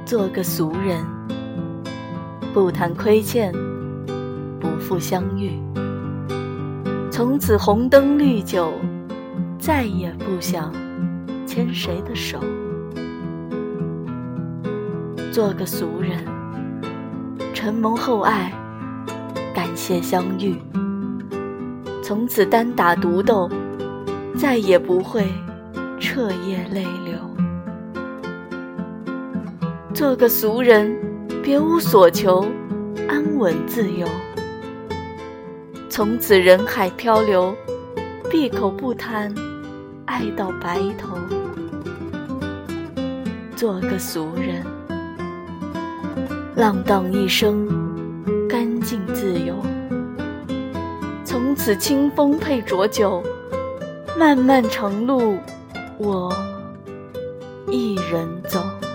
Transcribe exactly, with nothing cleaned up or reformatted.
做个俗人，不谈亏欠，不负相遇。从此红灯绿酒，再也不想牵谁的手。做个俗人，承蒙厚爱，感谢相遇。从此单打独斗，再也不会彻夜泪流。做个俗人，别无所求，安稳自由。从此人海漂流，闭口不谈爱到白头。做个俗人，浪荡一生，干净自由。从此清风配浊酒，漫漫长路我一人走。